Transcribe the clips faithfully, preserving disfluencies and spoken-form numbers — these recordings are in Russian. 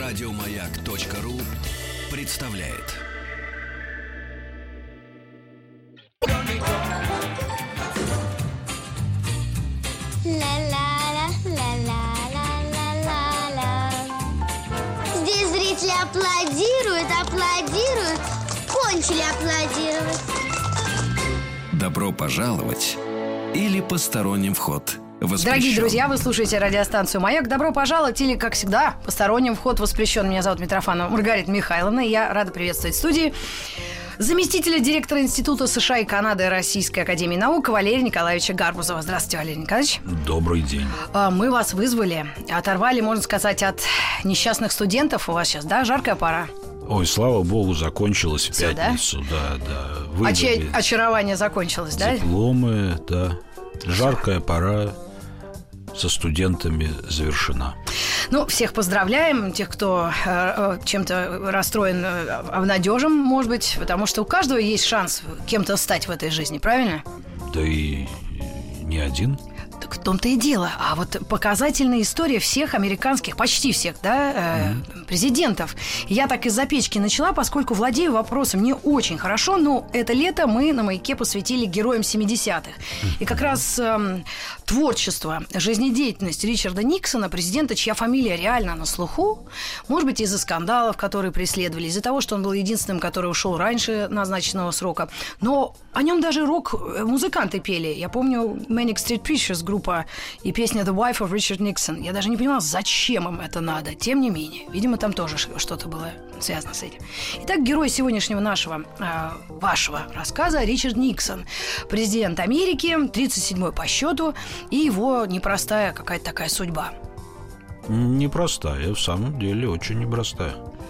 Радиомаяк.ру представляет. Здесь зрители аплодируют, аплодируют, кончили аплодировать. Добро пожаловать или посторонним вход воспрещен. Дорогие друзья, вы слушаете радиостанцию «Маяк». Добро пожаловать или, как всегда, посторонним вход воспрещен. Меня зовут Митрофанова Маргарита Михайловна. И я рада приветствовать в студии заместителя директора Института США и Канады Российской академии наук Валерия Николаевича Гарбузова. Здравствуйте, Валерий Николаевич. Добрый день. Мы вас вызвали, оторвали, можно сказать, от несчастных студентов. У вас сейчас, да, жаркая пора? Ой, слава богу, закончилось в Всё, пятницу. Да, да. да. Очи- очарование закончилось, да? Дипломы, да. Жаркая пора со студентами завершена. Ну, всех поздравляем, тех, кто э, чем-то расстроен, э, обнадежим, может быть, потому что у каждого есть шанс кем-то стать в этой жизни, правильно? Да и не один. Так в том-то и дело. А вот показательная история всех американских, почти всех, да, э, mm-hmm. президентов. Я так из-за печки начала, поскольку владею вопросом не очень хорошо, но это лето мы на «Маяке» посвятили героям семидесятых. Mm-hmm. И как раз э, творчество, жизнедеятельность Ричарда Никсона, президента, чья фамилия реально на слуху, может быть, из-за скандалов, которые преследовали, из-за того, что он был единственным, который ушел раньше назначенного срока. Но о нем даже рок-музыканты пели. Я помню Manic Street Preachers, группа, и песня «The Wife of Richard Nixon». Я даже не понимала, зачем им это надо. Тем не менее, видимо, там тоже что-то было связано с этим. Итак, герой сегодняшнего нашего, э, вашего рассказа Ричард Никсон, президент Америки, тридцать седьмой по счету, и его непростая какая-то такая судьба. Непростая, в самом деле очень непростая.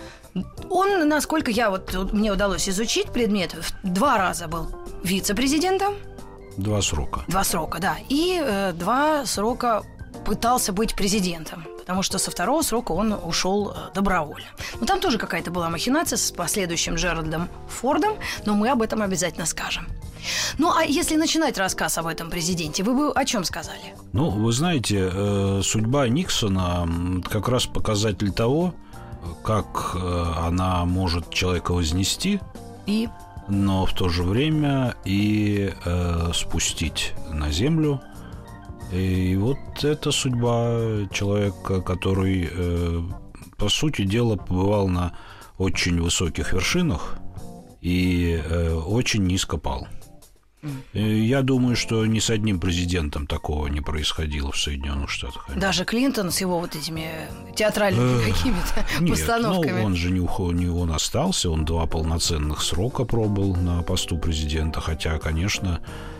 Он, насколько я вот мне удалось изучить предмет, два раза был вице-президентом. Два срока. Два срока, да. И э, два срока пытался быть президентом, потому что со второго срока он ушел э, добровольно. Но там тоже какая-то была махинация с последующим Джеральдом Фордом, но мы об этом обязательно скажем. Ну, а если начинать рассказ об этом президенте, вы бы о чем сказали? Ну, вы знаете, э, судьба Никсона как раз показатель того, как э, она может человека вознести. И... но в то же время и э, спустить на землю. И вот это судьба человека, который, э, по сути дела, побывал на очень высоких вершинах и э, очень низко пал. Я думаю, что ни с одним президентом такого не происходило в Соединенных Штатах. Даже Клинтон с его вот этими театральными какими-то постановками. Нет, ну он же не, ухо, не он остался, он два полноценных срока пробыл на посту президента, хотя, конечно,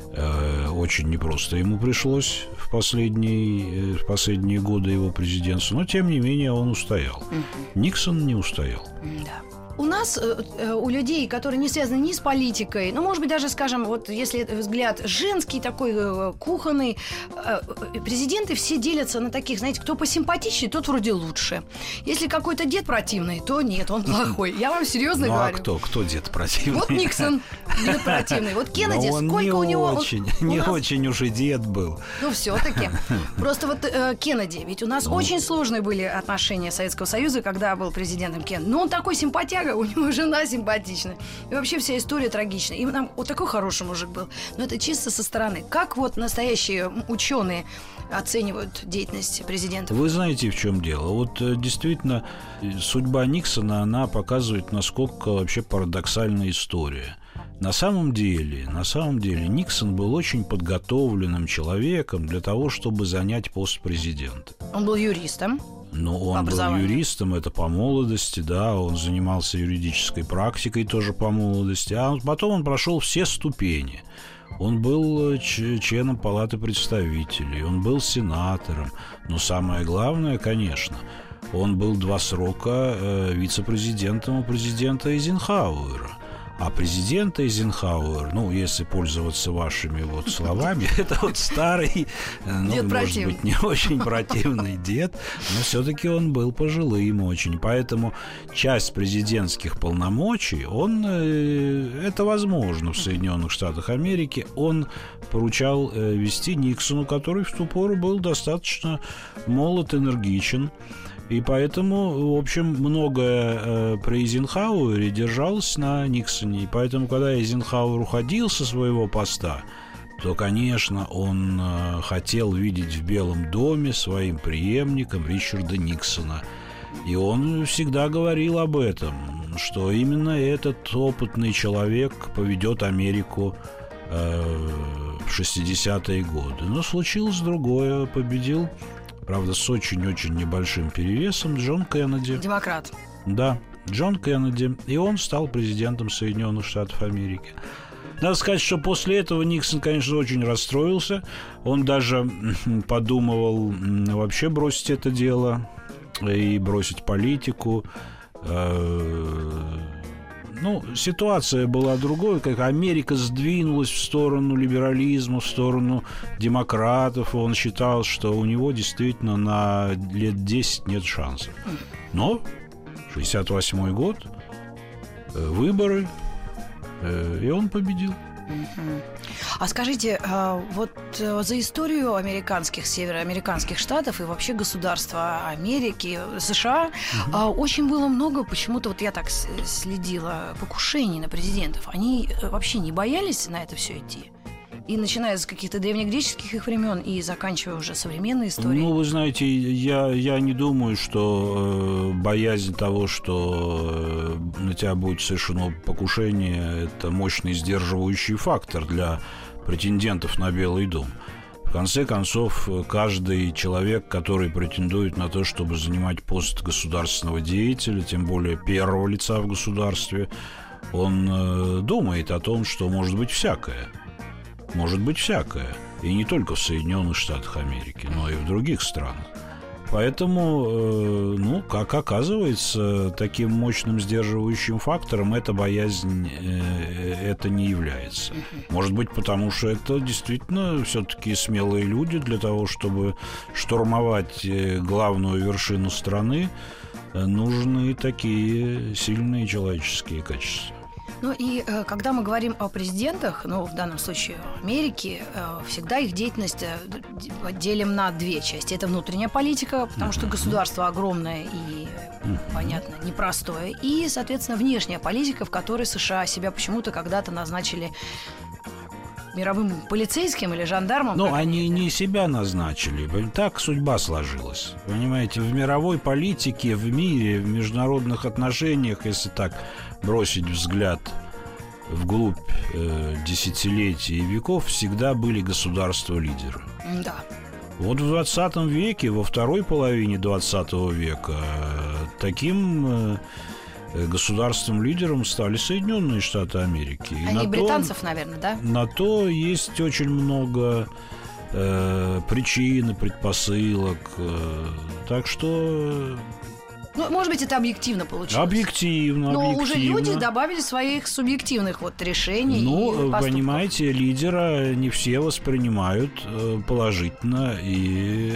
э, очень непросто ему пришлось в последние, в последние годы его президентства, но, тем не менее, он устоял. Угу. Никсон не устоял. Да. У нас, у людей, которые не связаны ни с политикой, ну, может быть, даже, скажем, вот если взгляд женский такой, кухонный, президенты все делятся на таких, знаете, кто посимпатичнее, тот вроде лучше. Если какой-то дед противный, то нет, он плохой. Я вам серьезно ну, говорю. А кто? Кто дед противный? Вот Никсон, дед противный. Вот Кеннеди, он сколько не у него... Очень, он, не нас... очень уж и дед был. Ну, все-таки. Просто вот э, Кеннеди, ведь у нас ну... очень сложные были отношения Советского Союза, когда был президентом Кеннеди. Но он такой симпатяга, у него жена симпатичная. И вообще вся история трагичная. И там вот такой хороший мужик был. Но это чисто со стороны. Как вот настоящие ученые оценивают деятельность президента? Вы знаете, в чем дело? Вот действительно, судьба Никсона, она показывает, насколько вообще парадоксальная история. На самом деле, на самом деле, Никсон был очень подготовленным человеком для того, чтобы занять пост президента. Он был юристом. Ну, он был юристом, это по молодости, да, он занимался юридической практикой тоже по молодости, а потом он прошел все ступени. Он был членом Палаты представителей, он был сенатором, но самое главное, конечно, он был два срока э, вице-президентом у президента Эйзенхауэра. А президент Эйзенхауэр, ну, если пользоваться вашими вот словами, это вот старый, ну, может быть, не очень противный дед, но все-таки он был пожилым очень. Поэтому часть президентских полномочий, он, это возможно в Соединенных Штатах Америки, он поручал вести Никсону, который в ту пору был достаточно молод, энергичен. И поэтому, в общем, многое э, при Эйзенхауэре держалось на Никсоне. И поэтому, когда Эйзенхауэр уходил со своего поста, то, конечно, он э, хотел видеть в Белом доме своим преемником Ричарда Никсона. И он всегда говорил об этом, что именно этот опытный человек поведет Америку э, в шестидесятые годы. Но случилось другое. Победил, правда, с очень-очень небольшим перевесом, Джон Кеннеди. Демократ. Да, Джон Кеннеди. И он стал президентом Соединенных Штатов Америки. Надо сказать, что после этого Никсон, конечно, очень расстроился. Он даже подумывал вообще бросить это дело и бросить политику. Ну, ситуация была другой, как Америка сдвинулась в сторону либерализма, в сторону демократов, и он считал, что у него действительно на лет десять нет шансов. Но шестьдесят восьмой год, выборы, и он победил. А скажите, вот за историю американских, североамериканских штатов и вообще государства Америки, США, угу. очень было много, почему-то вот я так следила, покушений на президентов. Они вообще не боялись на это все идти? И начиная с каких-то древнегреческих их времен и заканчивая уже современной историей. Ну, вы знаете, я, я не думаю, что э, боязнь того, что э, на тебя будет совершено покушение, это мощный сдерживающий фактор для претендентов на Белый дом. В конце концов, каждый человек, который претендует на то, чтобы занимать пост государственного деятеля, тем более первого лица в государстве, он э, думает о том, что может быть всякое. Может быть всякое. И не только в Соединенных Штатах Америки, но и в других странах. Поэтому, э, ну, как оказывается, таким мощным сдерживающим фактором эта боязнь э, это не является. Может быть, потому что это действительно все-таки смелые люди для того, чтобы штурмовать главную вершину страны, нужны такие сильные человеческие качества. Ну и э, когда мы говорим о президентах, ну, в данном случае Америки, э, всегда их деятельность э, делим на две части. Это внутренняя политика, потому что государство огромное и, э, понятно, непростое. И, соответственно, внешняя политика, в которой США себя почему-то когда-то назначили мировым полицейским или жандармом. Ну, они не себя назначили. Так судьба сложилась. Понимаете, в мировой политике, в мире, в международных отношениях, если так бросить взгляд вглубь э, десятилетий и веков, всегда были государства-лидеры. Да. Вот в двадцатом веке, во второй половине двадцатого века, таким э, государством-лидером стали Соединенные Штаты Америки. И Они британцев, то, наверное, да? На то есть очень много э, причин и предпосылок. Э, так что... Ну, может быть, это объективно получилось. Объективно, Но объективно. уже люди добавили своих субъективных вот решений. Ну, и поступков. Понимаете, лидера не все воспринимают положительно, и...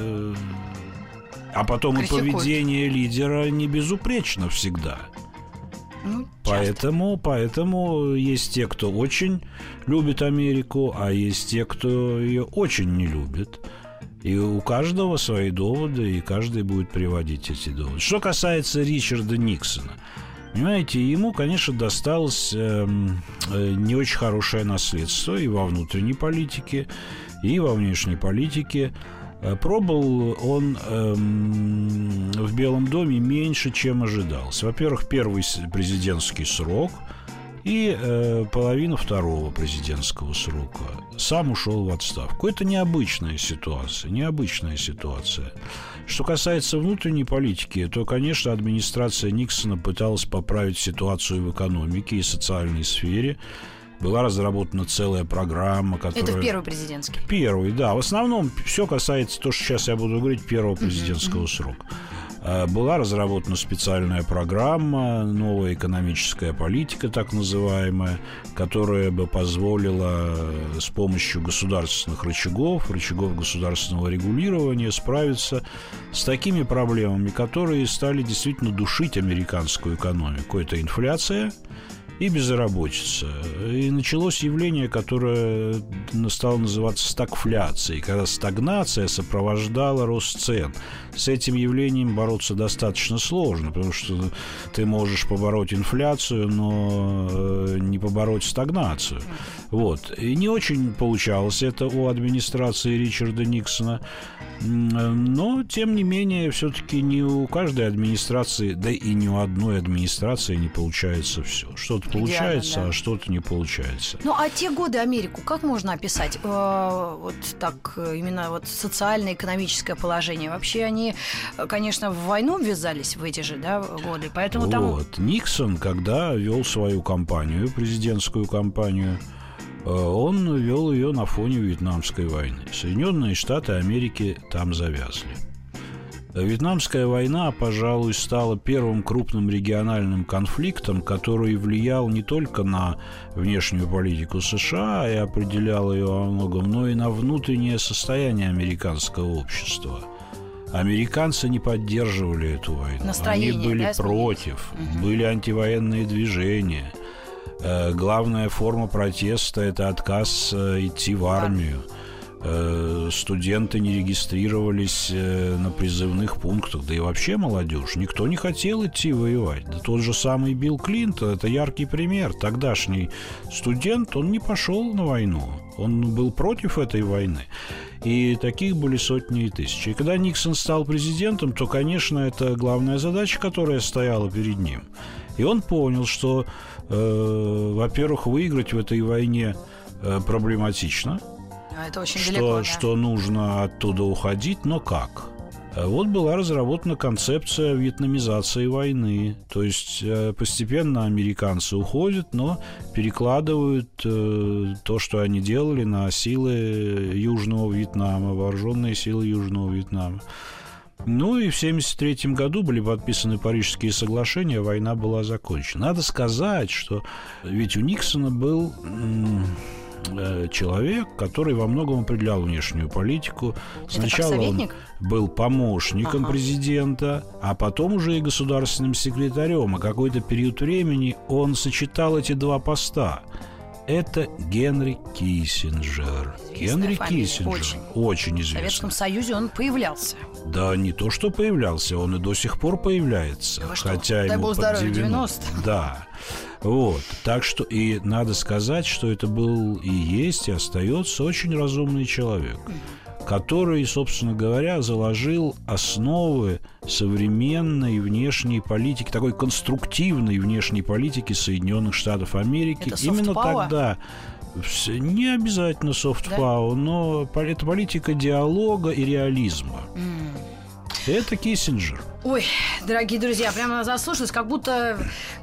а потом критикуют. И поведение лидера не безупречно всегда. Ну, поэтому, поэтому есть те, кто очень любит Америку, а есть те, кто ее очень не любит. И у каждого свои доводы, и каждый будет приводить эти доводы. Что касается Ричарда Никсона, понимаете, ему, конечно, досталось э, э, не очень хорошее наследство и во внутренней политике, и во внешней политике. Э, пробыл он э, в Белом доме меньше, чем ожидалось. Во-первых, первый президентский срок и э, половина второго президентского срока. Сам ушел в отставку. Это необычная ситуация. Необычная ситуация. Что касается внутренней политики, то, конечно, администрация Никсона пыталась поправить ситуацию в экономике и социальной сфере. Была разработана целая программа, которая... Это в первый президентский? Первый, да. В основном все касается, то, что сейчас я буду говорить, первого президентского uh-huh, срока. Была разработана специальная программа, новая экономическая политика, так называемая, которая бы позволила с помощью государственных рычагов, рычагов государственного регулирования справиться с такими проблемами, которые стали действительно душить американскую экономику. Это инфляция и безработица. И началось явление, которое стало называться стагфляцией, когда стагнация сопровождала рост цен. С этим явлением бороться достаточно сложно, потому что ты можешь побороть инфляцию, но не побороть стагнацию. Вот. И не очень получалось это у администрации Ричарда Никсона. Но, тем не менее, все-таки не у каждой администрации, да и ни у одной администрации не получается все. Что-то получается, да. а что-то не получается. Ну, а те годы Америку как можно описать? Э, вот так, именно вот социально-экономическое положение. Вообще они, конечно, в войну ввязались в эти же, да, годы, поэтому там... Вот. Никсон, когда вел свою кампанию, президентскую кампанию, он вел ее на фоне Вьетнамской войны. Соединенные Штаты Америки там завязли. Вьетнамская война, пожалуй, стала первым крупным региональным конфликтом, который влиял не только на внешнюю политику США и определял ее во многом, но и на внутреннее состояние американского общества. Американцы не поддерживали эту войну. Настроение, они были да, против, угу. были антивоенные движения. Главная форма протеста – это отказ идти в армию. Студенты не регистрировались на призывных пунктах, да и вообще молодежь. Никто не хотел идти воевать. Да тот же самый Билл Клинтон – это яркий пример. Тогдашний студент, он не пошел на войну. Он был против этой войны. И таких были сотни и тысячи. И когда Никсон стал президентом, то, конечно, это главная задача, которая стояла перед ним. И он понял, что, э, во-первых, выиграть в этой войне э, проблематично. Это очень что, далеко, да? Что нужно оттуда уходить, но как? Вот была разработана концепция вьетнамизации войны. То есть постепенно американцы уходят, но перекладывают э, то, что они делали, на силы Южного Вьетнама, вооруженные силы Южного Вьетнама. Ну и в семьдесят третьем году были подписаны Парижские соглашения, война была закончена. Надо сказать, что ведь у Никсона был... М- человек, который во многом определял внешнюю политику. Это сначала он был помощником ага. президента, а потом уже и государственным секретарем. А какой-то период времени он сочетал эти два поста. Это Генри Киссинджер. Известная Генри фамилия. Киссинджер. Очень. Очень известный. В Советском Союзе он появлялся. Да, не то, что появлялся, он и до сих пор появляется. Да хотя ему под девяносто. девяносто. Да. Вот. Так что и надо сказать, что это был и есть, и остается очень разумный человек, который, собственно говоря, заложил основы современной внешней политики, такой конструктивной внешней политики Соединенных Штатов Америки. Это именно soft power? Тогда не обязательно soft да? power, но это политика диалога и реализма. Mm. Это Киссинджер. Ой, дорогие друзья, прямо заслушалась, как будто...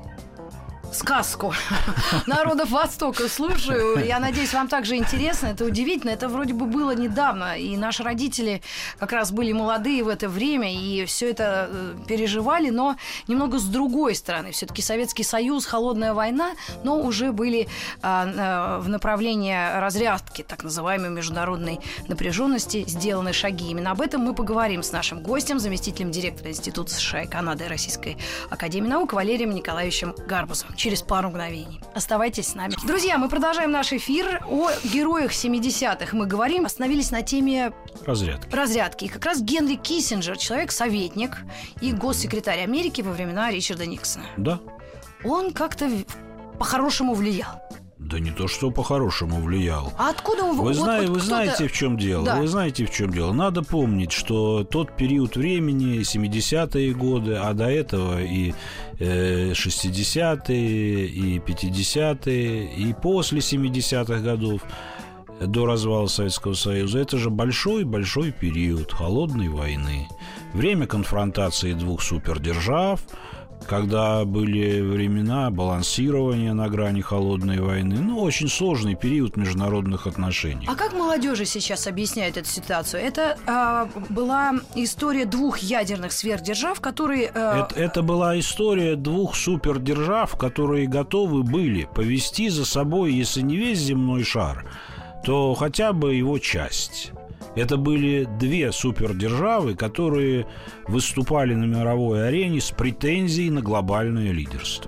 сказку народов Востока слушаю. Я надеюсь, вам также интересно. Это удивительно. Это вроде бы было недавно. И наши родители как раз были молодые в это время. И все это переживали. Но немного с другой стороны. Все-таки Советский Союз, холодная война. Но уже были а, в направлении разрядки так называемой международной напряженности сделаны шаги. Именно об этом мы поговорим с нашим гостем, заместителем директора Института США и Канады Российской Академии Наук Валерием Николаевичем Гарбузовым. Через пару мгновений. Оставайтесь с нами. Друзья, мы продолжаем наш эфир. О героях семидесятых мы говорим. Остановились на теме разрядки. разрядки. И как раз Генри Киссинджер, человек-советник и госсекретарь Америки во времена Ричарда Никсона. Да. Он как-то по-хорошему влиял. Да не то, что по-хорошему влиял. А откуда он... Вы, вот, зна... вот вы знаете, в чем дело? Да. Вы знаете, в чем дело? Надо помнить, что тот период времени, семидесятые годы, а до этого и э, шестидесятые, и пятидесятые, и после семидесятых годов, до развала Советского Союза, это же большой-большой период холодной войны. Время конфронтации двух супердержав, когда были времена балансирования на грани холодной войны. Ну, очень сложный период международных отношений. А как молодежи сейчас объясняют эту ситуацию? Это а, была история двух ядерных сверхдержав, которые... А... Это, это была история двух супердержав, которые готовы были повести за собой, если не весь земной шар, то хотя бы его часть. Это были две супердержавы, которые выступали на мировой арене с претензией на глобальное лидерство.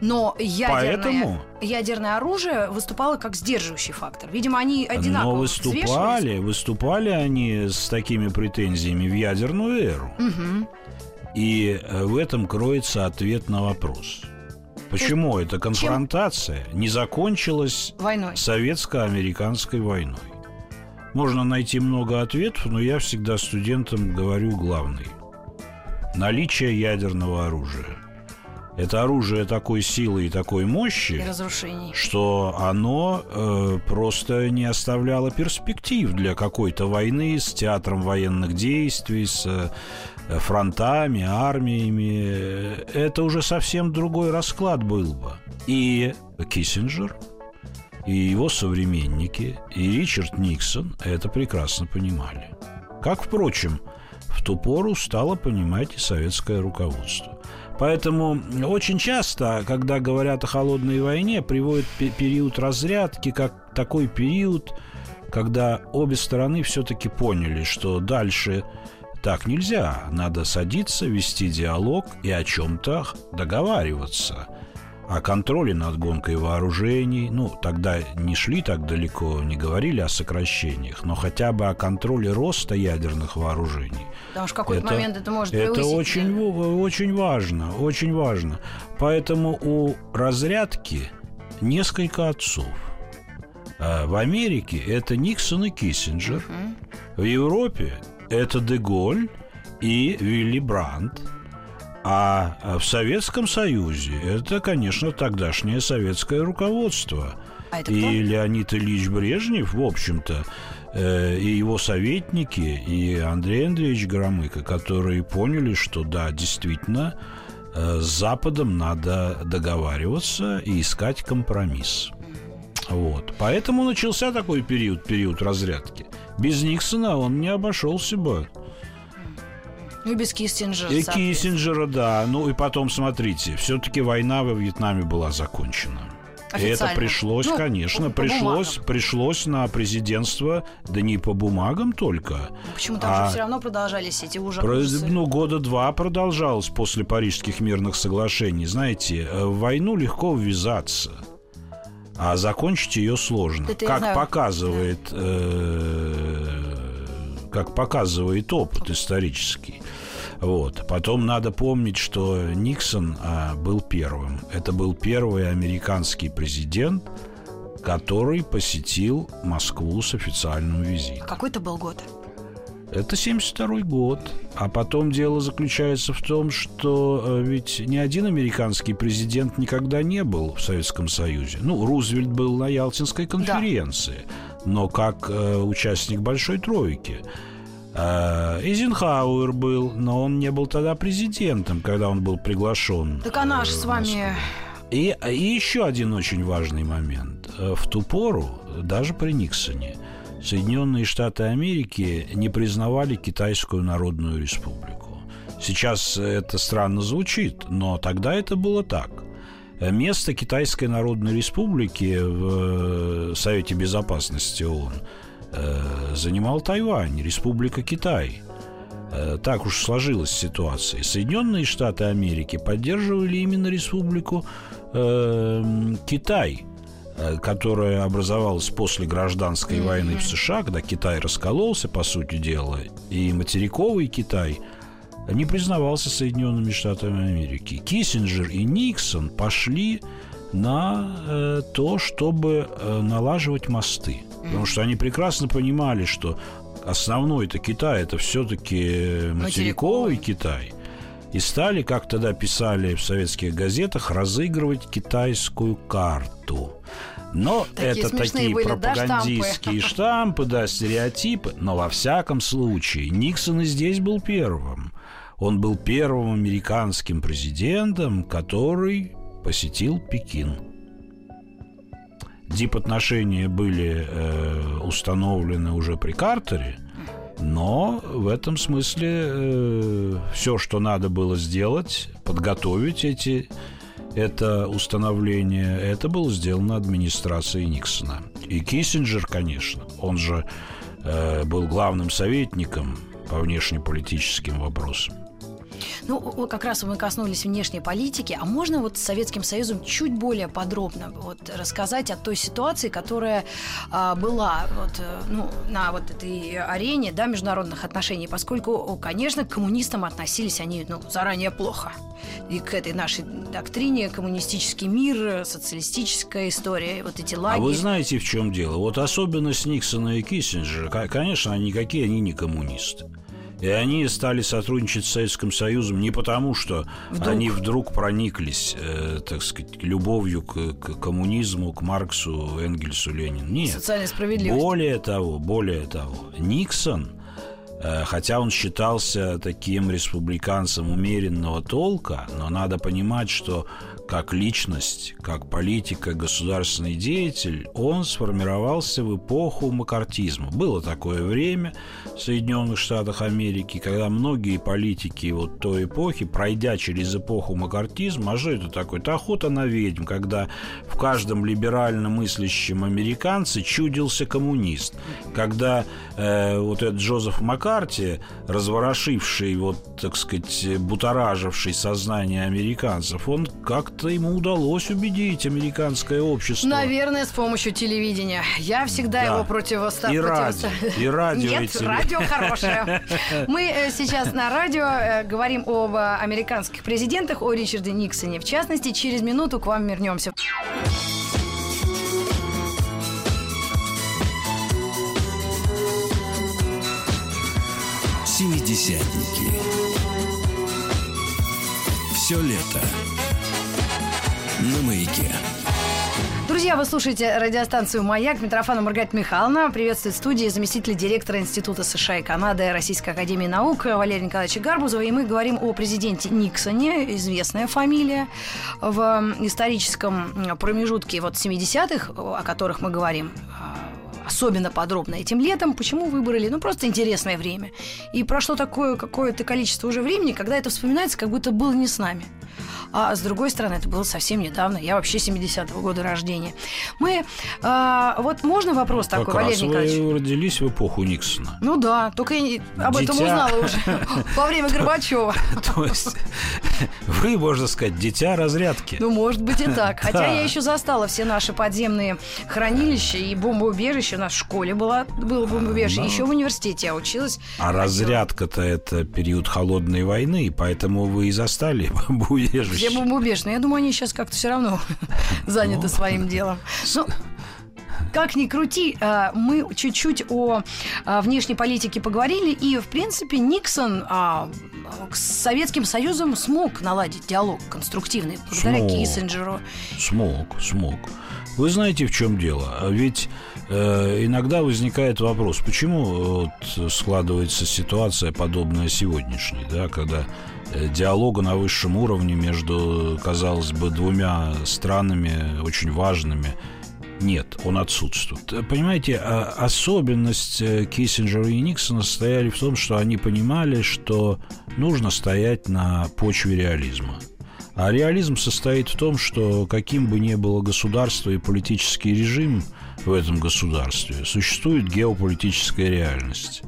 Но ядерное, Поэтому... ядерное оружие выступало как сдерживающий фактор. Видимо, они одинаково Но выступали, выступали они с такими претензиями в ядерную эру. Угу. И в этом кроется ответ на вопрос. Почему эта конфронтация не закончилась войной? Советско-американской войной? Можно найти много ответов, но я всегда студентам говорю главный. Наличие ядерного оружия. Это оружие такой силы и такой мощи, и разрушений, что оно э, просто не оставляло перспектив для какой-то войны с театром военных действий, с э, фронтами, армиями. Это уже совсем другой расклад был бы. И Киссинджер, и его современники, и Ричард Никсон это прекрасно понимали. Как, впрочем, в ту пору стало понимать и советское руководство. Поэтому очень часто, когда говорят о холодной войне, приводят период разрядки как такой период, когда обе стороны все-таки поняли, что дальше так нельзя. Надо садиться, вести диалог и о чем-то договариваться. О контроле над гонкой вооружений. Ну, тогда не шли так далеко, не говорили о сокращениях, но хотя бы о контроле роста ядерных вооружений. Потому что в какой-то это, момент это может это превысить. очень, очень важно, очень важно. Поэтому у разрядки несколько отцов. В Америке это Никсон и Киссинджер. Uh-huh. В Европе это де Голль и Вилли Брандт. А в Советском Союзе это, конечно, тогдашнее советское руководство. А это и кто? Леонид Ильич Брежнев, в общем-то, э, и его советники, и Андрей Андреевич Громыко, которые поняли, что да, действительно, э, с Западом надо договариваться и искать компромисс. Вот. Поэтому начался такой период, период разрядки. Без Никсона он не обошелся бы. Ну и без Киссинджера. И Киссинджера, да. Ну и потом, смотрите, все-таки война во Вьетнаме была закончена. И это пришлось, ну, конечно, по, по пришлось, пришлось на президентство, да не по бумагам только. Почему там а же все равно продолжались эти ужасы? Про, ну, года два продолжалось после Парижских мирных соглашений. Знаете, в войну легко ввязаться, а закончить ее сложно. Это как показывает, да. э, как показывает опыт исторический. Вот. Потом надо помнить, что Никсон а, был первым. Это был первый американский президент, который посетил Москву с официальным визитом. Какой это был год? Это семьдесят второй год. А потом дело заключается в том, что э, ведь ни один американский президент никогда не был в Советском Союзе. Ну, Рузвельт был на Ялтинской конференции, да. но как э, участник Большой Тройки. Эйзенхауэр был, но он не был тогда президентом, когда он был приглашен. Так она же с вами... И, и еще один очень важный момент. В ту пору, даже при Никсоне, Соединенные Штаты Америки не признавали Китайскую Народную Республику. Сейчас это странно звучит, но тогда это было так. Место Китайской Народной Республики в Совете Безопасности ООН занимал Тайвань, Республика Китай. Так уж сложилась ситуация. Соединенные Штаты Америки поддерживали именно Республику э, Китай, которая образовалась после гражданской mm-hmm. войны в США, когда Китай раскололся, по сути дела, и материковый Китай не признавался Соединенными Штатами Америки. Киссинджер и Никсон пошли на э, то, чтобы э, налаживать мосты. Потому что они прекрасно понимали, что основной-то Китай – это все-таки материковый Китай. И стали, как тогда писали в советских газетах, разыгрывать китайскую карту. Но такие это такие были, пропагандистские да, штампы? штампы, да, стереотипы. Но во всяком случае Никсон и здесь был первым. Он был первым американским президентом, который посетил Пекин. Дипотношения были э, установлены уже при Картере, но в этом смысле э, все, что надо было сделать, подготовить эти, это установление, это было сделано администрацией Никсона. И Киссинджер, конечно, он же э, был главным советником по внешнеполитическим вопросам. Ну, как раз мы коснулись внешней политики, а можно вот с Советским Союзом чуть более подробно вот рассказать о той ситуации, которая а, была вот, ну, на вот этой арене, да, международных отношений, поскольку, конечно, к коммунистам относились они, ну, заранее плохо. И к этой нашей доктрине коммунистический мир, социалистическая история, вот эти лагеря. А вы знаете, в чем дело? Вот особенность Никсона и Киссинджера, конечно, они никакие, они не коммунисты. И они стали сотрудничать с Советским Союзом не потому, что вдруг. они вдруг прониклись, э, так сказать, любовью к, к коммунизму, к Марксу, Энгельсу, Ленину. Нет. Социальной справедливости. Более того, более того, Никсон, э, хотя он считался таким республиканцем умеренного толка, но надо понимать, что как личность, как политик, как государственный деятель, он сформировался в эпоху маккартизма. Было такое время в Соединенных Штатах Америки, когда многие политики вот той эпохи, пройдя через эпоху маккартизма, а что это такое? Это охота на ведьм, когда в каждом либерально мыслящем американце чудился коммунист. Когда э, вот этот Джозеф Маккарти, разворошивший, вот, так сказать, будораживший сознание американцев, он как-то ему удалось убедить американское общество. Наверное, с помощью телевидения. Я всегда да. его противоставлю. И радио. И радио. Нет, и радио хорошее. Мы сейчас на радио говорим об американских президентах, о Ричарде Никсоне. В частности, через минуту к вам вернемся. Семидесятники. Все лето на Маяке. Друзья, вы слушаете радиостанцию «Маяк». Митрофанова Маргарита Михайловна. Приветствует в студии заместитель директора Института США и Канады Российской академии наук Валерия Николаевича Гарбузова. И мы говорим о президенте Никсоне, известная фамилия в историческом промежутке вот семидесятых, о которых мы говорим особенно подробно этим летом. Почему выбрали? Ну, просто интересное время. И прошло такое какое-то количество уже времени, когда это вспоминается, как будто было не с нами. А с другой стороны, это было совсем недавно. Я вообще семидесятого года рождения. Мы... А, вот можно вопрос как такой, Валерий Николаевич? Вы родились в эпоху Никсона. Ну да, только я об Дитя... этом узнала уже во время Горбачева. То есть вы, можно сказать, дитя разрядки. Ну, может быть и так. Хотя я еще застала все наши подземные хранилища и бомбоубежища. У нас в школе было бомбоубежище. Еще в университете я училась. А разрядка-то это период холодной войны, поэтому вы и застали бомбоубежище. Все бомбоубежные. Я думаю, они сейчас как-то все равно заняты своим делом. Ну, как ни крути, мы чуть-чуть о внешней политике поговорили, и, в принципе, Никсон с Советским Союзом смог наладить диалог конструктивный благодаря смог, Киссинджеру. Смог, смог. Вы знаете, в чем дело? Ведь э, иногда возникает вопрос, почему вот складывается ситуация, подобная сегодняшней, да, когда диалога на высшем уровне между, казалось бы, двумя странами очень важными нет, он отсутствует. Понимаете, особенность Киссинджера и Никсона состояли в том, что они понимали, что нужно стоять на почве реализма. А реализм состоит в том, что каким бы ни было государство и политический режим в этом государстве, существует геополитическая реальность.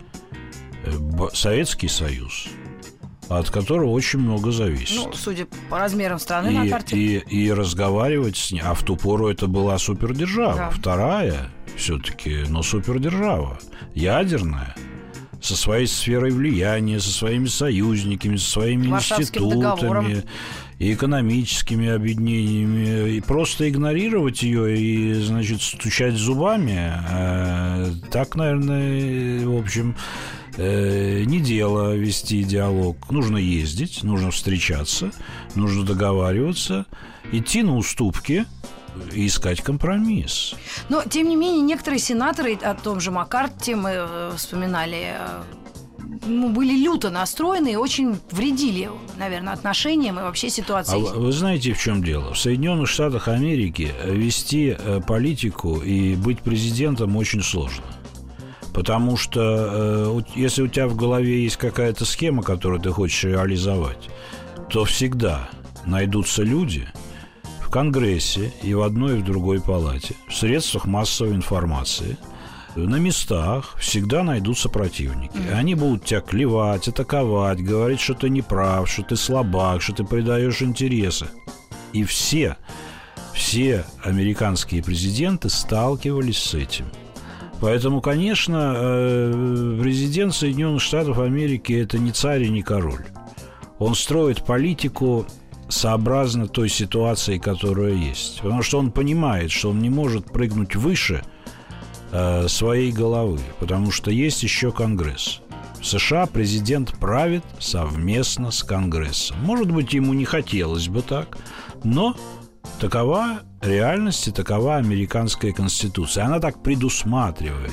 Советский Союз, от которого очень много зависит. Ну, судя по размерам страны и, на карте. И, и разговаривать с ней. А в ту пору это была супердержава. Да. Вторая все-таки, но супердержава. Ядерная. Со своей сферой влияния, со своими союзниками, со своими Варшавским институтами, договором. и экономическими объединениями. И просто игнорировать ее и, значит, стучать зубами. Э, так, наверное, в общем... не дело вести диалог. Нужно ездить, нужно встречаться, нужно договариваться, идти на уступки и искать компромисс. Но, тем не менее, некоторые сенаторы, о том же Маккарти мы вспоминали, ну, были люто настроены и очень вредили, наверное, отношениям и вообще ситуации. А вы знаете, в чем дело? В Соединенных Штатах Америки вести политику и быть президентом очень сложно. Потому что э, если у тебя в голове есть какая-то схема, которую ты хочешь реализовать, то всегда найдутся люди в Конгрессе и в одной, и в другой палате, в средствах массовой информации, на местах всегда найдутся противники. Mm-hmm. Они будут тебя клевать, атаковать, говорить, что ты не прав, что ты слабак, что ты предаешь интересы. И все, все американские президенты сталкивались с этим. Поэтому, конечно, президент Соединенных Штатов Америки – это не царь и не король. Он строит политику сообразно той ситуации, которая есть. Потому что он понимает, что он не может прыгнуть выше э, своей головы, потому что есть еще Конгресс. В США президент правит совместно с Конгрессом. Может быть, ему не хотелось бы так, но такова реальность и такова американская конституция. Она так предусматривает,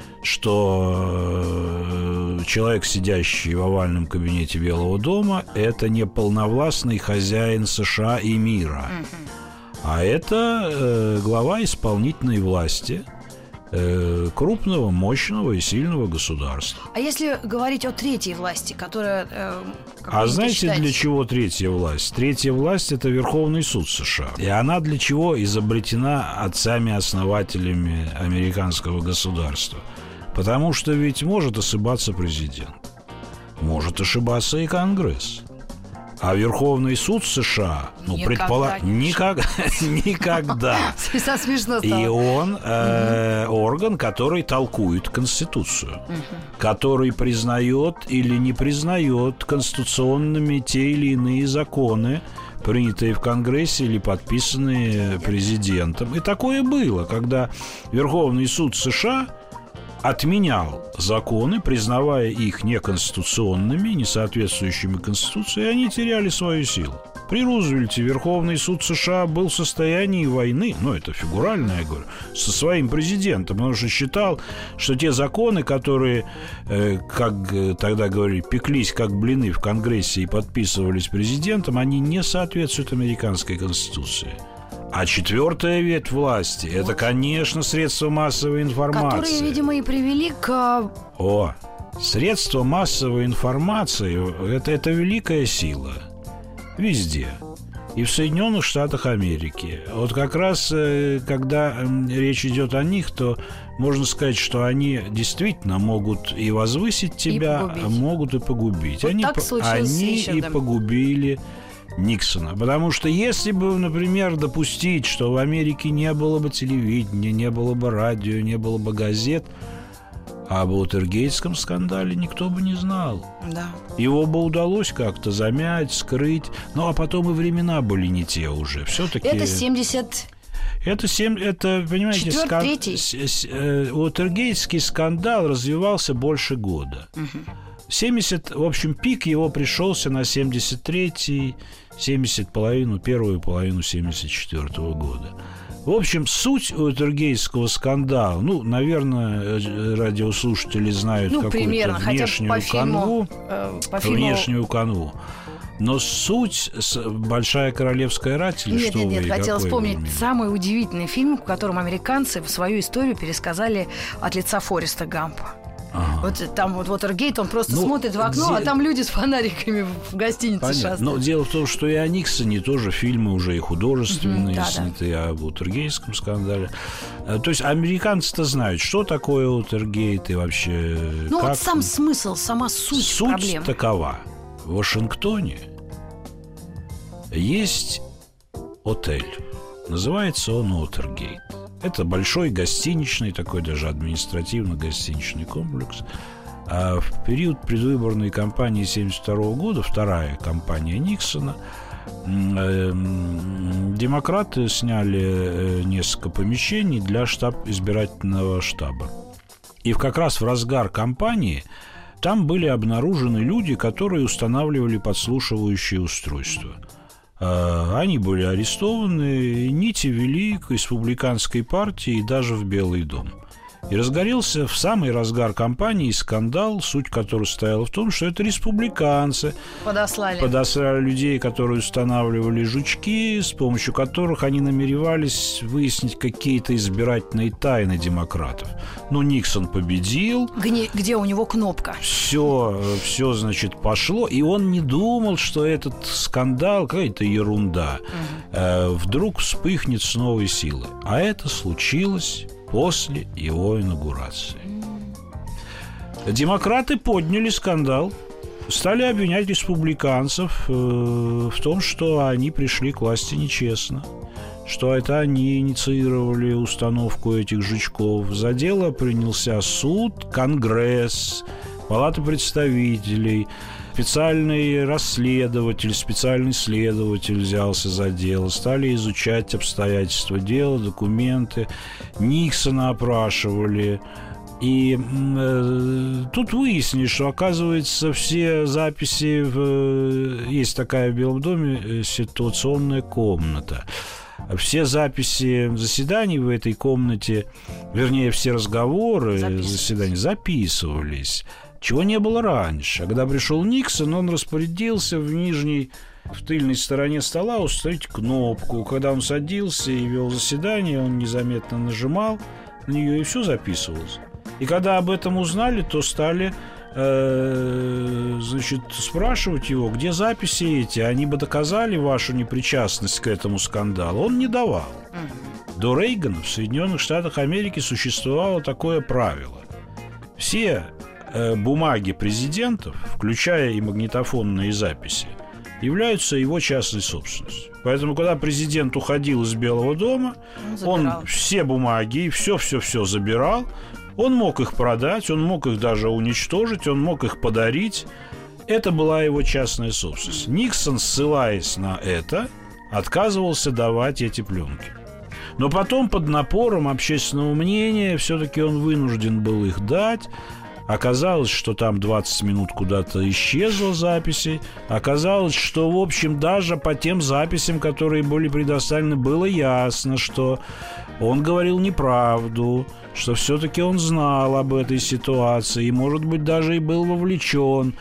что человек, сидящий в овальном кабинете Белого дома, это не полновластный хозяин США и мира, а это э, глава исполнительной власти э, крупного, мощного и сильного государства. А если говорить о третьей власти, которая... Э, а знаете, считаете? Для чего третья власть? Третья власть – это Верховный суд США. И она для чего изобретена отцами-основателями американского государства? Потому что ведь может ошибаться президент, может ошибаться и Конгресс. А Верховный суд США, ну, предположим, никогда, никогда. Смешно стало. И он э, орган, который толкует Конституцию, который признает или не признает конституционными те или иные законы, принятые в Конгрессе или подписанные президентом. И такое было, когда Верховный суд США отменял законы, признавая их неконституционными, несоответствующими Конституции, и они теряли свою силу. При Рузвельте Верховный суд США был в состоянии войны, ну, это фигурально, я говорю, со своим президентом, потому что считал, что те законы, которые, э, как тогда говорили, пеклись как блины в Конгрессе и подписывались президентом, они не соответствуют американской Конституции. А четвертая ветвь власти – это, конечно, средства массовой информации. Которые, видимо, и привели к... О, средства массовой информации – это, это великая сила. Везде. И в Соединенных Штатах Америки. Вот как раз, когда речь идет о них, то можно сказать, что они действительно могут и возвысить тебя, и могут и погубить. Вот они так по- они и погубили Никсона. Потому что если бы, например, допустить, что в Америке не было бы телевидения, не было бы радио, не было бы газет, об Уотергейтском скандале никто бы не знал. Да. Его бы удалось как-то замять, скрыть. Ну, а потом и времена были не те уже. Все-таки... Это семьдесят... Это, семь, это понимаете, скан... Уотергейтский скандал развивался больше года. Угу. семьдесят, в общем, пик его пришелся на семьдесят третий, семьдесят половину, первую половину семьдесят четвёртого года. В общем, суть Уотергейтского скандала, ну, наверное, радиослушатели знают ну, какую-то примерно, внешнюю по канву, фильму, э, по фильму... внешнюю канву. Но суть «Большая королевская рать» или нет, что нет, нет, вы, хотела вспомнить самый удивительный фильм, в котором американцы свою историю пересказали от лица Фореста Гампа. Ага. Вот там вот Уотергейт, он просто ну, смотрит в окно, де... а там люди с фонариками в гостинице шастают. Но дело в том, что и о Никсоне тоже фильмы уже и художественные, mm-hmm, сняты, да, да. Об Уотергейтском скандале. То есть американцы-то знают, что такое Уотергейт и вообще... Ну как... вот сам смысл, сама суть, суть проблемы. Суть такова. В Вашингтоне есть отель. Называется он Уотергейт. Это большой гостиничный, такой даже административно-гостиничный комплекс. А в период предвыборной кампании семьдесят второго года, вторая кампания Никсона, демократы сняли несколько помещений для штаб, избирательного штаба. И как раз в разгар кампании там были обнаружены люди, которые устанавливали подслушивающие устройства. Они были арестованы, нити вели к республиканской партии и даже в Белый дом. И разгорелся в самый разгар кампании скандал, суть которого состояла в том, что это республиканцы подослали. подослали людей, которые устанавливали жучки, с помощью которых они намеревались выяснить какие-то избирательные тайны демократов. Но Никсон победил. Где, где у него кнопка? Все, все, значит, пошло. И он не думал, что этот скандал, какая-то ерунда, угу. э, вдруг вспыхнет с новой силой. А это случилось... после его инаугурации. Демократы подняли скандал, стали обвинять республиканцев э, в том, что они пришли к власти нечестно, что это они инициировали установку этих жучков. За дело принялся суд, Конгресс, Палата представителей, специальный расследователь, специальный следователь взялся за дело, стали изучать обстоятельства дела, документы, Никсона опрашивали. И э, тут выяснили, что, оказывается, все записи в, есть такая в Белом доме ситуационная комната. Все записи заседаний в этой комнате, вернее, все разговоры заседаний записывались, чего не было раньше. А когда пришел Никсон, он распорядился в нижней, в тыльной стороне стола установить кнопку. Когда он садился и вел заседание, он незаметно нажимал на нее, и все записывалось. И когда об этом узнали, то стали э, значит, спрашивать его, где записи эти, они бы доказали вашу непричастность к этому скандалу. Он не давал. До Рейгана в Соединенных Штатах Америки существовало такое правило. Все э, бумаги президентов, включая и магнитофонные записи, являются его частной собственностью. Поэтому, когда президент уходил из Белого дома, он, он все бумаги и все-все-все забирал. Он мог их продать, он мог их даже уничтожить, он мог их подарить. Это была его частная собственность. Никсон, ссылаясь на это, отказывался давать эти пленки. Но потом, под напором общественного мнения, все-таки он вынужден был их дать. Оказалось, что там двадцать минут куда-то исчезло записей. Оказалось, что, в общем, даже по тем записям, которые были предоставлены, было ясно, что он говорил неправду, что все-таки он знал об этой ситуации и, может быть, даже и был вовлечен.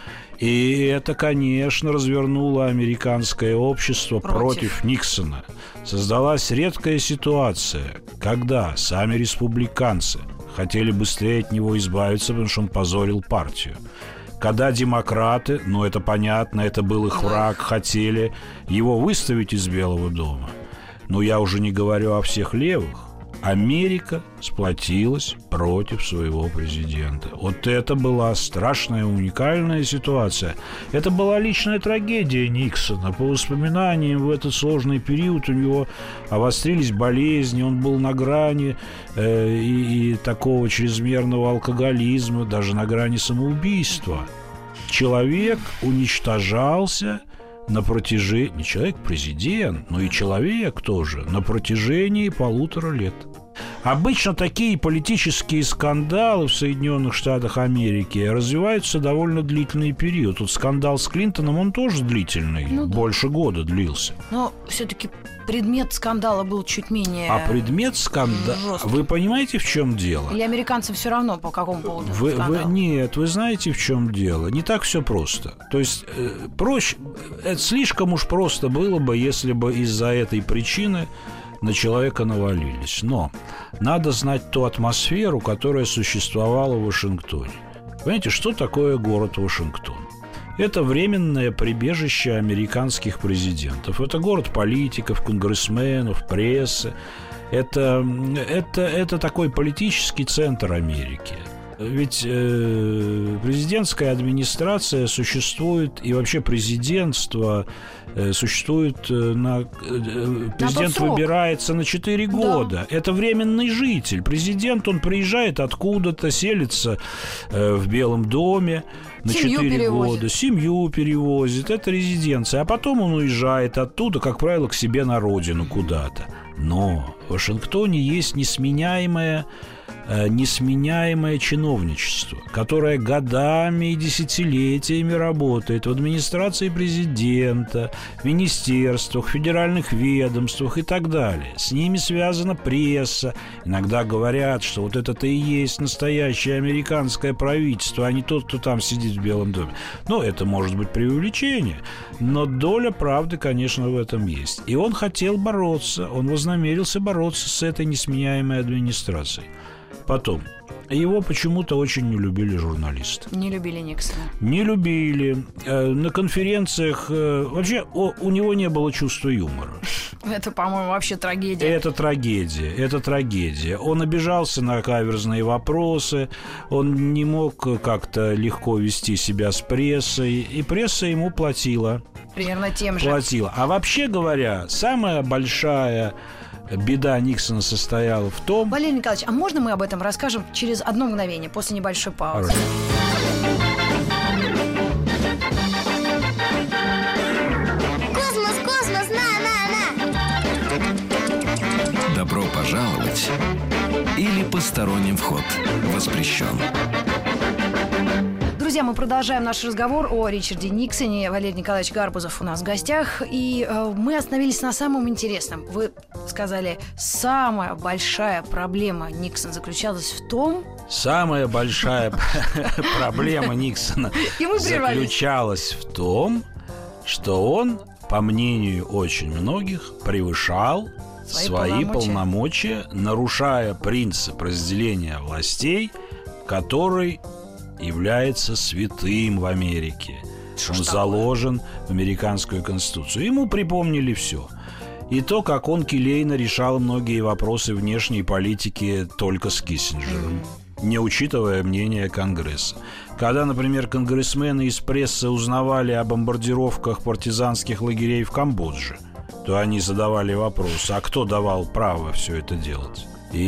И это, конечно, развернуло американское общество против, против Никсона. Создалась редкая ситуация, когда сами республиканцы хотели быстрее от него избавиться, потому что он позорил партию. Когда демократы, ну это понятно, это был их враг, хотели его выставить из Белого дома. Но я уже не говорю о всех левых. Америка сплотилась против своего президента. Вот это была страшная, уникальная ситуация. Это была личная трагедия Никсона. По воспоминаниям, в этот сложный период у него обострились болезни, он был на грани э, и, и такого чрезмерного алкоголизма, даже на грани самоубийства. Человек уничтожался на протяжении, не человек-президент, но и человек тоже, на протяжении полутора лет. Обычно такие политические скандалы в Соединенных Штатах Америки развиваются довольно длительный период. Вот скандал с Клинтоном, он тоже длительный, ну, да. больше года длился. Но все-таки предмет скандала был чуть менее... А предмет скандала... Вы понимаете, в чем дело? Или американцам все равно, по какому поводу вы, скандал? Вы, нет, вы знаете, в чем дело? Не так все просто. То есть, э, проще... Это слишком уж просто было бы, если бы из-за этой причины на человека навалились. Но надо знать ту атмосферу, которая существовала в Вашингтоне. Понимаете, что такое город Вашингтон? Это временное прибежище американских президентов. Это город политиков, конгрессменов, прессы. Это, это, это такой политический центр Америки. Ведь э, президентская администрация существует, и вообще президентство э, существует на... Э, президент выбирается на четыре года. Да. Это временный житель. Президент, он приезжает откуда-то, селится э, в Белом доме на четыре года. Семью перевозит. Это резиденция. А потом он уезжает оттуда, как правило, к себе на родину куда-то. Но в Вашингтоне есть несменяемая несменяемое чиновничество, которое годами и десятилетиями работает в администрации президента, в министерствах, федеральных ведомствах и так далее. С ними связана пресса. Иногда говорят, что вот это-то и есть настоящее американское правительство, а не тот, кто там сидит в Белом доме. Ну, это может быть преувеличение, но доля правды, конечно, в этом есть. И он хотел бороться, он вознамерился бороться с этой несменяемой администрацией. Потом, его почему-то очень не любили журналисты. Не любили Никсона. Не любили. На конференциях... Вообще, у него не было чувства юмора. Это, по-моему, вообще трагедия. Это трагедия, это трагедия. Он обижался на каверзные вопросы, он не мог как-то легко вести себя с прессой, и пресса ему платила. Примерно тем же. Платила. А вообще говоря, самая большая беда Никсона состояла в том... Валерий Николаевич, а можно мы об этом расскажем через одно мгновение, после небольшой паузы? Хорошо. Космос, космос, на, на, на. Добро пожаловать или посторонним вход воспрещен. Друзья, мы продолжаем наш разговор о Ричарде Никсоне. Валерий Николаевич Гарбузов у нас в гостях. И э, мы остановились на самом интересном. Вы сказали, самая большая проблема Никсона заключалась в том... Самая большая проблема Никсона заключалась в том, что он, по мнению очень многих, превышал свои полномочия, нарушая принцип разделения властей, который... является святым в Америке. Он заложен в американскую конституцию. Ему припомнили все. И то, как он келейно решал многие вопросы внешней политики только с Киссинджером, не учитывая мнение Конгресса. Когда, например, конгрессмены из прессы узнавали о бомбардировках партизанских лагерей в Камбодже, то они задавали вопрос, а кто давал право все это делать?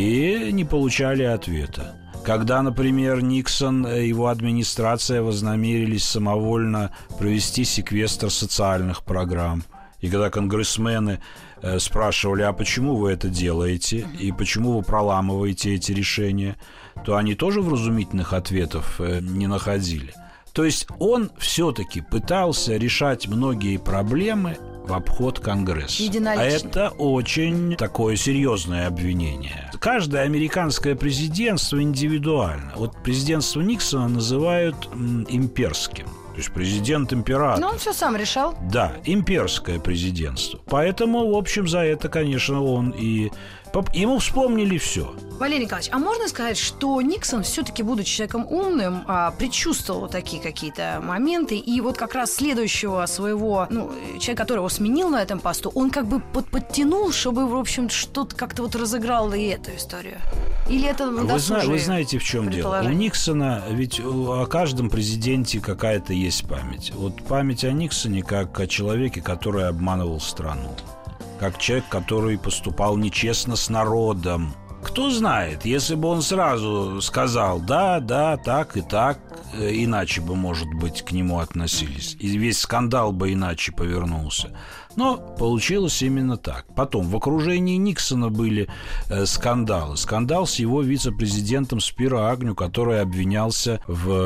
И не получали ответа. Когда, например, Никсон и его администрация вознамерились самовольно провести секвестр социальных программ, и когда конгрессмены э, спрашивали, а почему вы это делаете, и почему вы проламываете эти решения, то они тоже вразумительных ответов э, не находили. То есть он все-таки пытался решать многие проблемы в обход Конгресса. А это очень такое серьезное обвинение. Каждое американское президентство индивидуально. Вот президентство Никсона называют м, имперским. То есть президент-император. Но он все сам решал. Да, имперское президентство. Поэтому, в общем, за это, конечно, он и... Ему вспомнили все. Валерий Николаевич, а можно сказать, что Никсон, все-таки, будучи человеком умным, предчувствовал такие какие-то моменты, и вот как раз следующего своего, ну, человека, которого сменил на этом посту, он как бы подтянул, чтобы, в общем, что-то как-то вот разыграл и эту историю? Или это вы, зна- вы знаете, в чем дело? У Никсона, ведь о каждом президенте какая-то есть память. Вот память о Никсоне как о человеке, который обманывал страну. Как человек, который поступал нечестно с народом. Кто знает, если бы он сразу сказал «да, да, так и так», иначе бы, может быть, к нему относились. И весь скандал бы иначе повернулся. Но получилось именно так. Потом, в окружении Никсона были э, скандалы. Скандал с его вице-президентом Спиро Агню, который обвинялся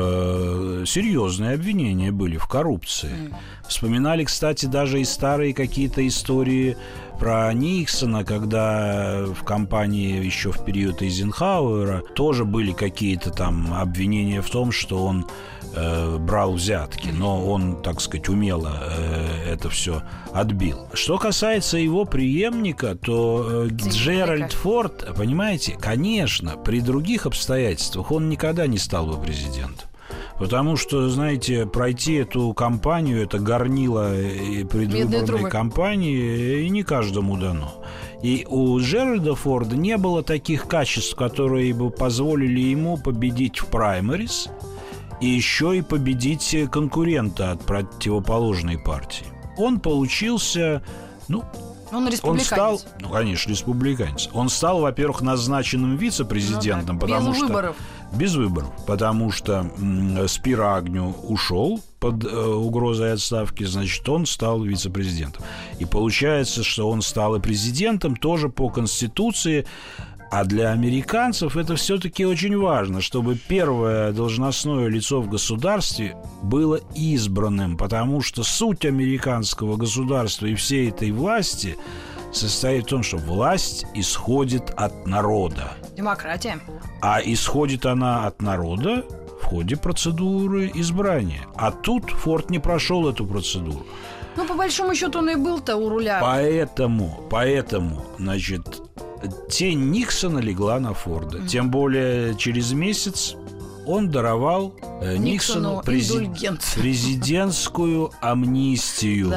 в... Э, серьезные обвинения были в коррупции. Mm. Вспоминали, кстати, даже и старые какие-то истории про Никсона, когда в кампании еще в период Эйзенхауэра тоже были какие-то там обвинения в том, что он э, брал взятки, но он, так сказать, умело э, это все отбил. Что касается его преемника, то э, Джеральд Форд, понимаете, конечно, при других обстоятельствах он никогда не стал бы президентом. Потому что, знаете, пройти эту кампанию, это горнило предвыборной кампании, и не каждому дано. И у Джеральда Форда не было таких качеств, которые бы позволили ему победить в праймерис и еще и победить конкурента от противоположной партии. Он получился, ну... Он республиканец. Он стал, ну, конечно, республиканец. Он стал, во-первых, назначенным вице-президентом, ну, да. потому без что... выборов. Без выборов. Потому что м, Спиро Агню ушел под э, угрозой отставки, значит, он стал вице-президентом. И получается, что он стал и президентом тоже по Конституции. А для американцев это все-таки очень важно, чтобы первое должностное лицо в государстве было избранным, потому что суть американского государства и всей этой власти состоит в том, что власть исходит от народа. Демократия. А исходит она от народа в ходе процедуры избрания. А тут Форд не прошел эту процедуру. Ну, по большому счету, он и был-то у руля. Поэтому, поэтому, значит... Тень Никсона легла на Форда. Mm-hmm. Тем более через месяц он даровал э, Никсону, Никсону презид... президентскую амнистию. Да.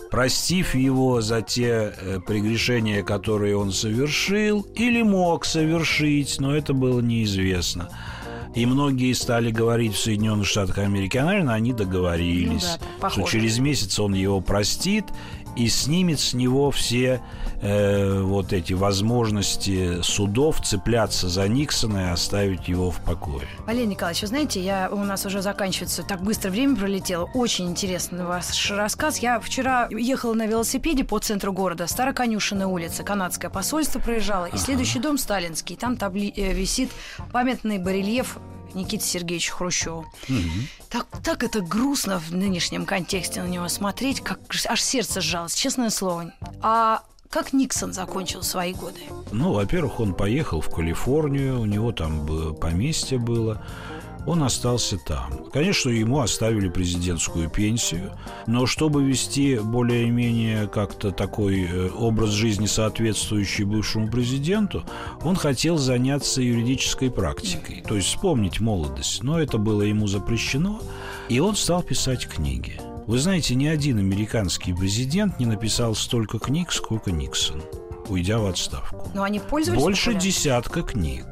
простив его за те э, прегрешения, которые он совершил, или мог совершить, но это было неизвестно. И многие стали говорить в Соединенных Штатах Америки, а, наверное, они договорились, ну да, что через месяц он его простит и снимет с него все э, вот эти возможности судов цепляться за Никсона и оставить его в покое. Валерий Николаевич, вы знаете, я, у нас уже заканчивается, так быстро время пролетело. Очень интересный ваш рассказ. Я вчера ехала на велосипеде по центру города, Староконюшенная улица, канадское посольство проезжала, и ага. следующий дом Сталинский. Там табли- э, висит памятный барельеф Никите Сергеевичу Хрущеву. Угу. Так, так это грустно в нынешнем контексте на него смотреть, как аж сердце сжалось, честное слово. А как Никсон закончил свои годы? Ну, во-первых, он поехал в Калифорнию, у него там поместье было. Он остался там. Конечно, ему оставили президентскую пенсию, но чтобы вести более-менее как-то такой образ жизни, соответствующий бывшему президенту, он хотел заняться юридической практикой, то есть вспомнить молодость. Но это было ему запрещено, и он стал писать книги. Вы знаете, ни один американский президент не написал столько книг, сколько Никсон, уйдя в отставку. Но они пользовались Больше десятка книг.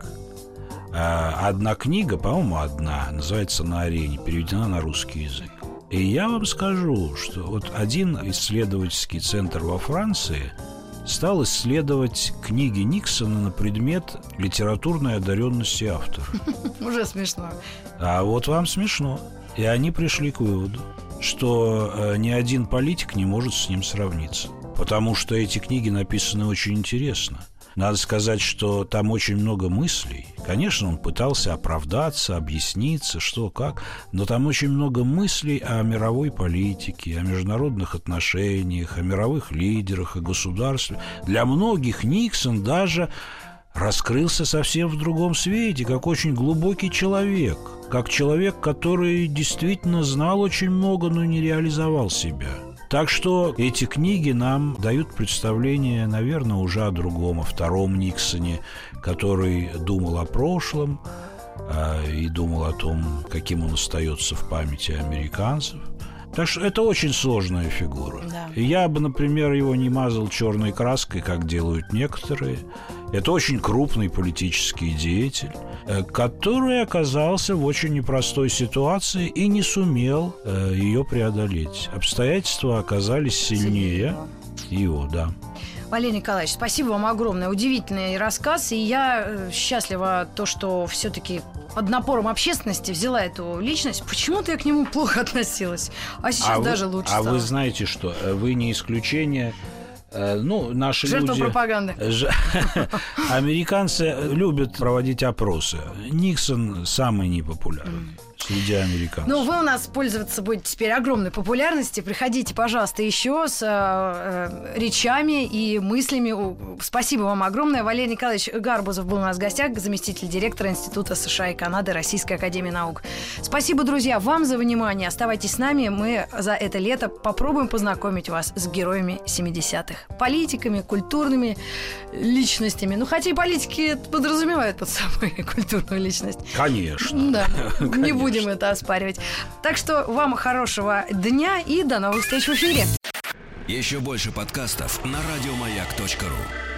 Одна книга, по-моему, одна, называется «На арене», переведена на русский язык. И я вам скажу, что вот один исследовательский центр во Франции стал исследовать книги Никсона на предмет литературной одаренности автора. Уже смешно. А вот вам смешно. И они пришли к выводу, что ни один политик не может с ним сравниться, потому что эти книги написаны очень интересно. Надо сказать, что там очень много мыслей. Конечно, он пытался оправдаться, объясниться, что, как, но там очень много мыслей о мировой политике, о международных отношениях, о мировых лидерах, о государстве. Для многих Никсон даже раскрылся совсем в другом свете, как очень глубокий человек, как человек, который действительно знал очень много, но не реализовал себя. Так что эти книги нам дают представление, наверное, уже о другом, о втором Никсоне, который думал о прошлом э, и думал о том, каким он остается в памяти американцев. Так что это очень сложная фигура. Да. И я бы, например, его не мазал черной краской, как делают некоторые. Это очень крупный политический деятель, который оказался в очень непростой ситуации и не сумел э, ее преодолеть. Обстоятельства оказались сильнее его, да. Валерий Николаевич, спасибо вам огромное. Удивительный рассказ. И я счастлива, то, что все-таки под напором общественности взяла эту личность. Почему-то я к нему плохо относилась. А сейчас а даже вы, лучше А стало. Вы знаете что? Вы не исключение. Ну, наши Жертва люди... пропаганды. Ж... Американцы любят проводить опросы. Никсон самый непопулярный среди американцев. Ну, вы у нас пользоваться будете теперь огромной популярностью. Приходите, пожалуйста, еще с э, речами и мыслями. Спасибо вам огромное. Валерий Николаевич Гарбузов был у нас в гостях, заместитель директора Института США и Канады Российской академии наук. Спасибо, друзья, вам за внимание. Оставайтесь с нами. Мы за это лето попробуем познакомить вас с героями семидесятых. Политиками, культурными личностями. Ну, хотя и политики подразумевают под собой культурную личность. Конечно. Да, не будем это оспаривать. Так что вам хорошего дня и до новых встреч в эфире. Еще больше подкастов на радиомаяк точка ру.